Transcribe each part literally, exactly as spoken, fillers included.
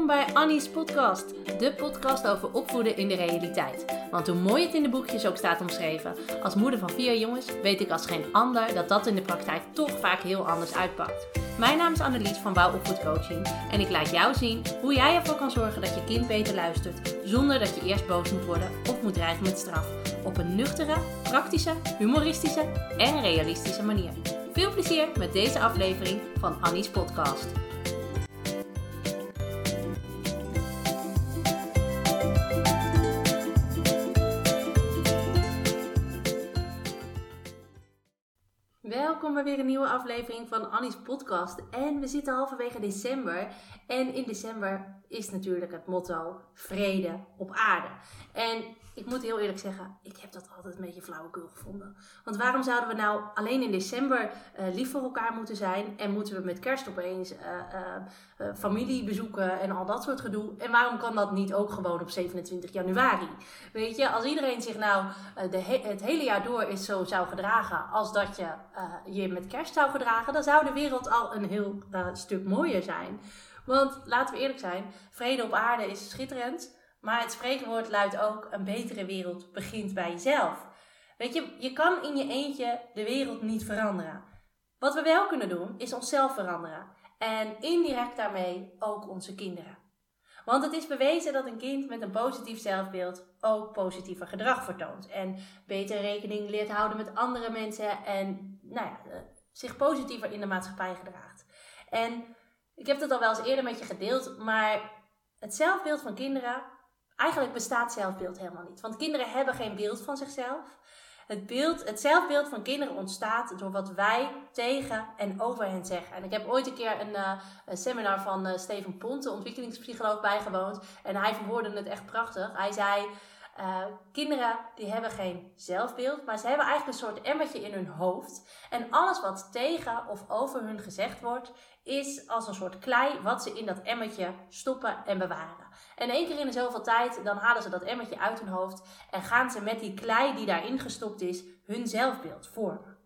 Welkom bij Annie's podcast, de podcast over opvoeden in de realiteit. Want hoe mooi het in de boekjes ook staat omschreven, als moeder van vier jongens weet ik als geen ander dat dat in de praktijk toch vaak heel anders uitpakt. Mijn naam is Annelies van Wouw Opvoedcoaching en ik laat jou zien hoe jij ervoor kan zorgen dat je kind beter luistert, zonder dat je eerst boos moet worden of moet dreigen met straf. Op een nuchtere, praktische, humoristische en realistische manier. Veel plezier met deze aflevering van Annie's podcast. Welkom bij weer een nieuwe aflevering van Annie's podcast. En we zitten halverwege december. En in december is natuurlijk het motto vrede op aarde. En ik moet heel eerlijk zeggen, ik heb dat altijd een beetje flauwekul gevonden. Want waarom zouden we nou alleen in december uh, lief voor elkaar moeten zijn? En moeten we met kerst opeens uh, uh, uh, familie bezoeken en al dat soort gedoe? En waarom kan dat niet ook gewoon op zevenentwintig januari? Weet je, als iedereen zich nou uh, de he- het hele jaar door is zo zou gedragen als dat je uh, je met kerst zou gedragen, dan zou de wereld al een heel uh, stuk mooier zijn. Want laten we eerlijk zijn, vrede op aarde is schitterend. Maar het spreekwoord luidt ook, een betere wereld begint bij jezelf. Weet je, je kan in je eentje de wereld niet veranderen. Wat we wel kunnen doen, is onszelf veranderen. En indirect daarmee ook onze kinderen. Want het is bewezen dat een kind met een positief zelfbeeld ook positiever gedrag vertoont. En beter rekening leert houden met andere mensen en nou ja, zich positiever in de maatschappij gedraagt. En ik heb het al wel eens eerder met je gedeeld, maar het zelfbeeld van kinderen, eigenlijk bestaat zelfbeeld helemaal niet. Want kinderen hebben geen beeld van zichzelf. Het, beeld, het zelfbeeld van kinderen ontstaat door wat wij tegen en over hen zeggen. En ik heb ooit een keer een, uh, een seminar van uh, Steven Ponte, ontwikkelingspsycholoog, bijgewoond. En hij verwoordde het echt prachtig. Hij zei, uh, kinderen die hebben geen zelfbeeld, maar ze hebben eigenlijk een soort emmertje in hun hoofd. En alles wat tegen of over hun gezegd wordt, is als een soort klei wat ze in dat emmertje stoppen en bewaren. En één keer in de zoveel tijd, dan halen ze dat emmertje uit hun hoofd en gaan ze met die klei die daarin gestopt is, hun zelfbeeld vormen.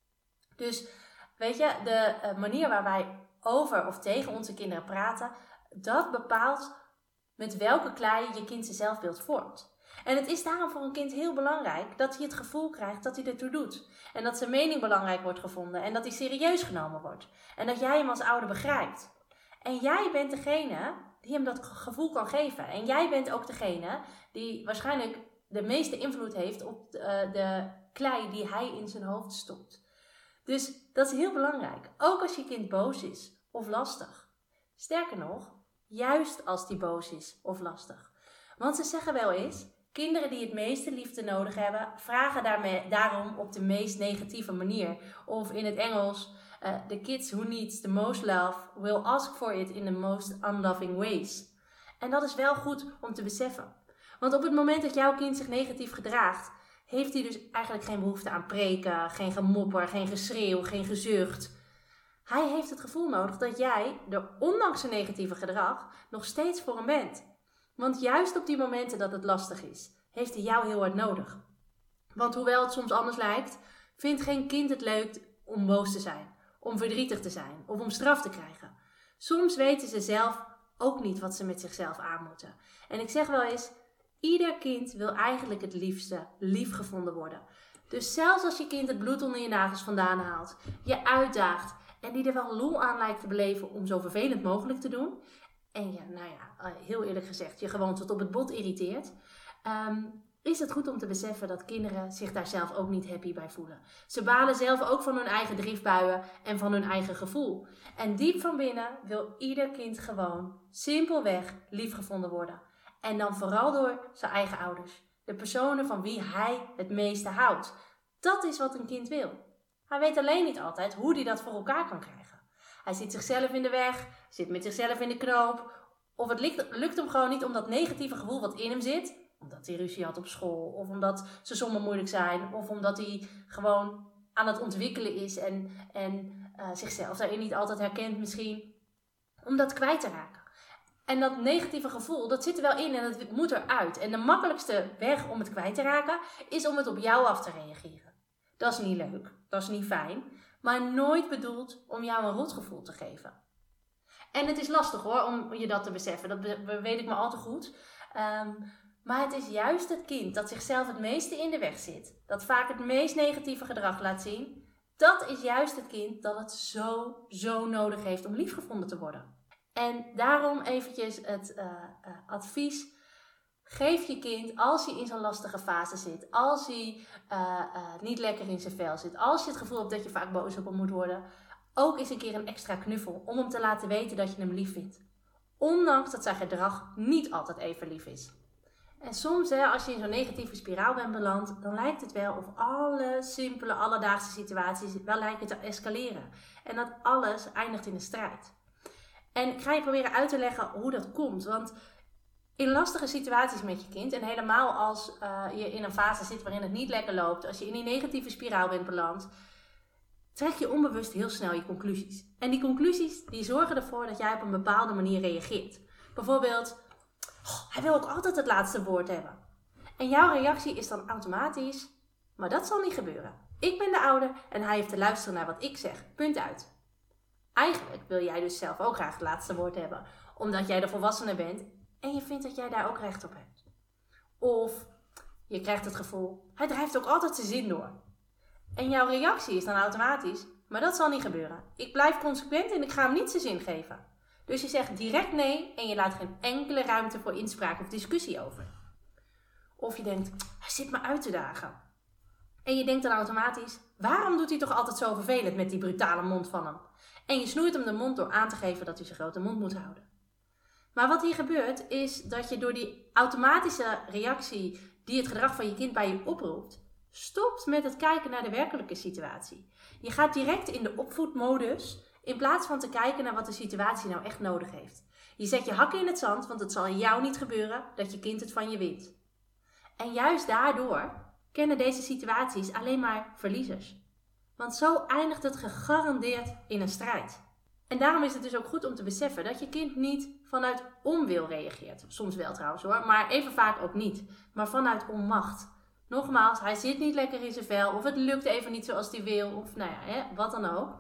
Dus, weet je, de uh, manier waar wij over of tegen onze kinderen praten, dat bepaalt met welke klei je kind zijn zelfbeeld vormt. En het is daarom voor een kind heel belangrijk dat hij het gevoel krijgt dat hij ertoe doet. En dat zijn mening belangrijk wordt gevonden en dat hij serieus genomen wordt. En dat jij hem als ouder begrijpt. En jij bent degene die hem dat gevoel kan geven. En jij bent ook degene die waarschijnlijk de meeste invloed heeft op de, de klei die hij in zijn hoofd stopt. Dus dat is heel belangrijk. Ook als je kind boos is of lastig. Sterker nog, juist als die boos is of lastig. Want ze zeggen wel eens, kinderen die het meeste liefde nodig hebben, vragen daarmee, daarom op de meest negatieve manier. Of in het Engels, uh, the kids who need the most love will ask for it in the most unloving ways. En dat is wel goed om te beseffen. Want op het moment dat jouw kind zich negatief gedraagt, heeft hij dus eigenlijk geen behoefte aan preken, geen gemopper, geen geschreeuw, geen gezucht. Hij heeft het gevoel nodig dat jij, er ondanks zijn negatieve gedrag, nog steeds voor hem bent. Want juist op die momenten dat het lastig is, heeft hij jou heel hard nodig. Want hoewel het soms anders lijkt, vindt geen kind het leuk om boos te zijn, om verdrietig te zijn of om straf te krijgen. Soms weten ze zelf ook niet wat ze met zichzelf aan moeten. En ik zeg wel eens, ieder kind wil eigenlijk het liefste liefgevonden worden. Dus zelfs als je kind het bloed onder je nagels vandaan haalt, je uitdaagt en die er wel lol aan lijkt te beleven om zo vervelend mogelijk te doen, en je, nou ja, heel eerlijk gezegd, je gewoon tot op het bot irriteert, um, is het goed om te beseffen dat kinderen zich daar zelf ook niet happy bij voelen. Ze balen zelf ook van hun eigen driftbuien en van hun eigen gevoel. En diep van binnen wil ieder kind gewoon simpelweg liefgevonden worden. En dan vooral door zijn eigen ouders. De personen van wie hij het meeste houdt. Dat is wat een kind wil. Hij weet alleen niet altijd hoe hij dat voor elkaar kan krijgen. Hij zit zichzelf in de weg, zit met zichzelf in de knoop. Of het lukt, lukt hem gewoon niet om dat negatieve gevoel wat in hem zit, omdat hij ruzie had op school, of omdat zijn sommen moeilijk zijn, of omdat hij gewoon aan het ontwikkelen is en, en uh, zichzelf daarin niet altijd herkent misschien, om dat kwijt te raken. En dat negatieve gevoel, dat zit er wel in en dat moet eruit. En de makkelijkste weg om het kwijt te raken, is om het op jou af te reageren. Dat is niet leuk, dat is niet fijn, maar nooit bedoeld om jou een rotgevoel te geven. En het is lastig hoor, om je dat te beseffen. Dat be- weet ik maar al te goed. Um, maar het is juist het kind dat zichzelf het meeste in de weg zit. Dat vaak het meest negatieve gedrag laat zien. Dat is juist het kind dat het zo, zo nodig heeft om liefgevonden te worden. En daarom eventjes het uh, uh, advies. Geef je kind, als hij in zo'n lastige fase zit, als hij uh, uh, niet lekker in zijn vel zit, als je het gevoel hebt dat je vaak boos op hem moet worden, ook eens een keer een extra knuffel om hem te laten weten dat je hem lief vindt. Ondanks dat zijn gedrag niet altijd even lief is. En soms, hè, als je in zo'n negatieve spiraal bent beland, dan lijkt het wel of alle simpele alledaagse situaties wel lijken te escaleren. En dat alles eindigt in een strijd. En ik ga je proberen uit te leggen hoe dat komt. Want in lastige situaties met je kind, en helemaal als uh, je in een fase zit waarin het niet lekker loopt, als je in die negatieve spiraal bent beland, trek je onbewust heel snel je conclusies. En die conclusies die zorgen ervoor dat jij op een bepaalde manier reageert. Bijvoorbeeld, oh, hij wil ook altijd het laatste woord hebben. En jouw reactie is dan automatisch, maar dat zal niet gebeuren. Ik ben de ouder en hij heeft te luisteren naar wat ik zeg. Punt uit. Eigenlijk wil jij dus zelf ook graag het laatste woord hebben, omdat jij de volwassene bent en je vindt dat jij daar ook recht op hebt. Of je krijgt het gevoel, hij drijft ook altijd zijn zin door. En jouw reactie is dan automatisch, maar dat zal niet gebeuren. Ik blijf consequent en ik ga hem niet zijn zin geven. Dus je zegt direct nee en je laat geen enkele ruimte voor inspraak of discussie over. Of je denkt, hij zit me uit te dagen. En je denkt dan automatisch, waarom doet hij toch altijd zo vervelend met die brutale mond van hem? En je snoeit hem de mond door aan te geven dat hij zijn grote mond moet houden. Maar wat hier gebeurt is dat je door die automatische reactie die het gedrag van je kind bij je oproept, stopt met het kijken naar de werkelijke situatie. Je gaat direct in de opvoedmodus in plaats van te kijken naar wat de situatie nou echt nodig heeft. Je zet je hakken in het zand, want het zal jou niet gebeuren dat je kind het van je wint. En juist daardoor kennen deze situaties alleen maar verliezers. Want zo eindigt het gegarandeerd in een strijd. En daarom is het dus ook goed om te beseffen dat je kind niet vanuit onwil reageert. Soms wel trouwens hoor, maar even vaak ook niet. Maar vanuit onmacht. Nogmaals, hij zit niet lekker in zijn vel, of het lukt even niet zoals hij wil, of nou ja, hè, wat dan ook.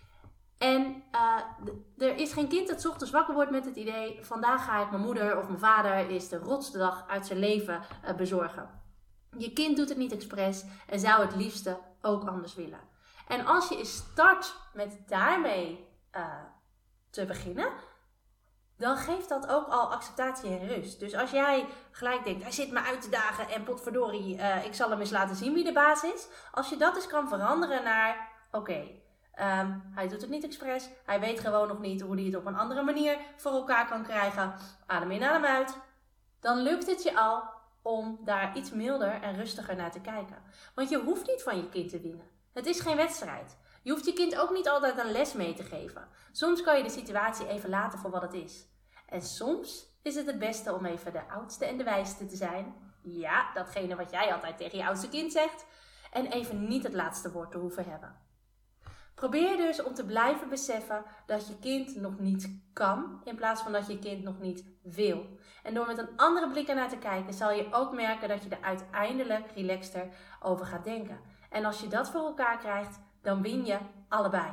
En uh, d- er is geen kind dat 's ochtends wakker wordt met het idee, vandaag ga ik mijn moeder of mijn vader is de rotste dag uit zijn leven uh, bezorgen. Je kind doet het niet expres en zou het liefste ook anders willen. En als je eens start met daarmee uh, te beginnen, dan geeft dat ook al acceptatie en rust. Dus als jij gelijk denkt, hij zit me uit te dagen en potverdorie, uh, ik zal hem eens laten zien wie de baas is. Als je dat eens kan veranderen naar, oké, okay, um, hij doet het niet expres. Hij weet gewoon nog niet hoe hij het op een andere manier voor elkaar kan krijgen. Adem in, adem uit. Dan lukt het je al om daar iets milder en rustiger naar te kijken. Want je hoeft niet van je kind te winnen. Het is geen wedstrijd. Je hoeft je kind ook niet altijd een les mee te geven. Soms kan je de situatie even laten voor wat het is. En soms is het het beste om even de oudste en de wijste te zijn. Ja, datgene wat jij altijd tegen je oudste kind zegt. En even niet het laatste woord te hoeven hebben. Probeer dus om te blijven beseffen dat je kind nog niet kan, in plaats van dat je kind nog niet wil. En door met een andere blik ernaar te kijken, zal je ook merken dat je er uiteindelijk relaxter over gaat denken. En als je dat voor elkaar krijgt, dan win je allebei.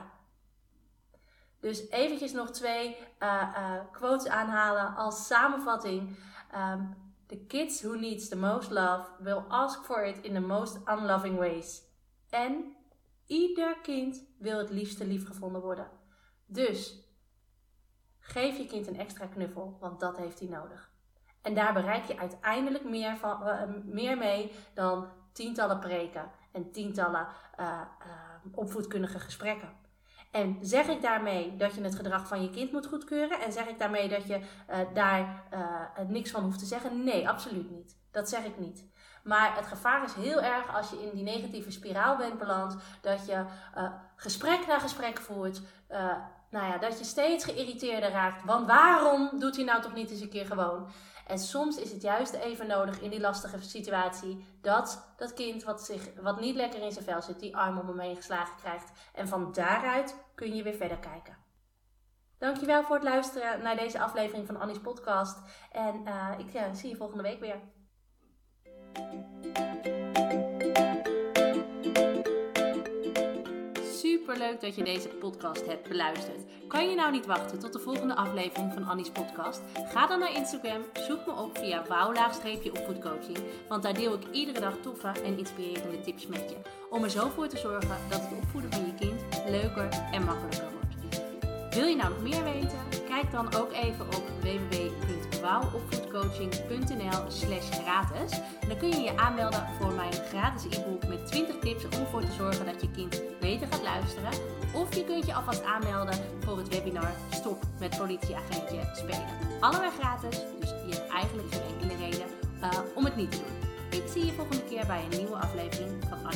Dus eventjes nog twee uh, uh, quotes aanhalen als samenvatting. Um, The kids who needs the most love will ask for it in the most unloving ways. En ieder kind wil het liefste liefgevonden worden. Dus geef je kind een extra knuffel, want dat heeft hij nodig. En daar bereik je uiteindelijk meer, van, uh, meer mee dan tientallen preken en tientallen uh, uh, opvoedkundige gesprekken. En zeg ik daarmee dat je het gedrag van je kind moet goedkeuren? En zeg ik daarmee dat je uh, daar uh, niks van hoeft te zeggen? Nee, absoluut niet. Dat zeg ik niet. Maar het gevaar is heel erg als je in die negatieve spiraal bent beland. Dat je uh, gesprek na gesprek voert. Uh, nou ja, dat je steeds geïrriteerder raakt. Want waarom doet hij nou toch niet eens een keer gewoon? En soms is het juist even nodig in die lastige situatie dat dat kind wat, zich, wat niet lekker in zijn vel zit, die arm om hem heen geslagen krijgt. En van daaruit kun je weer verder kijken. Dankjewel voor het luisteren naar deze aflevering van Annie's podcast. En uh, ik uh, zie je volgende week weer. superleuk dat je deze podcast hebt beluisterd. Kan je nou niet wachten tot de volgende aflevering van Annie's podcast? Ga dan naar Instagram, zoek me op via wouw-opvoedcoaching. Want daar deel ik iedere dag toffe en inspirerende tips met je. Om er zo voor te zorgen dat het opvoeden van je kind leuker en makkelijker wordt. Wil je nou nog meer weten? Kijk dan ook even op w w w punt wouwopvoedcoaching punt n l slash gratis. En dan kun je je aanmelden voor mijn gratis e-book met twintig tips om ervoor te zorgen dat je kind beter gaat luisteren. Of je kunt je alvast aanmelden voor het webinar Stop met politieagentje spelen. Allebei gratis, dus je hebt eigenlijk geen enkele reden uh, om het niet te doen. Ik zie je volgende keer bij een nieuwe aflevering van Annie.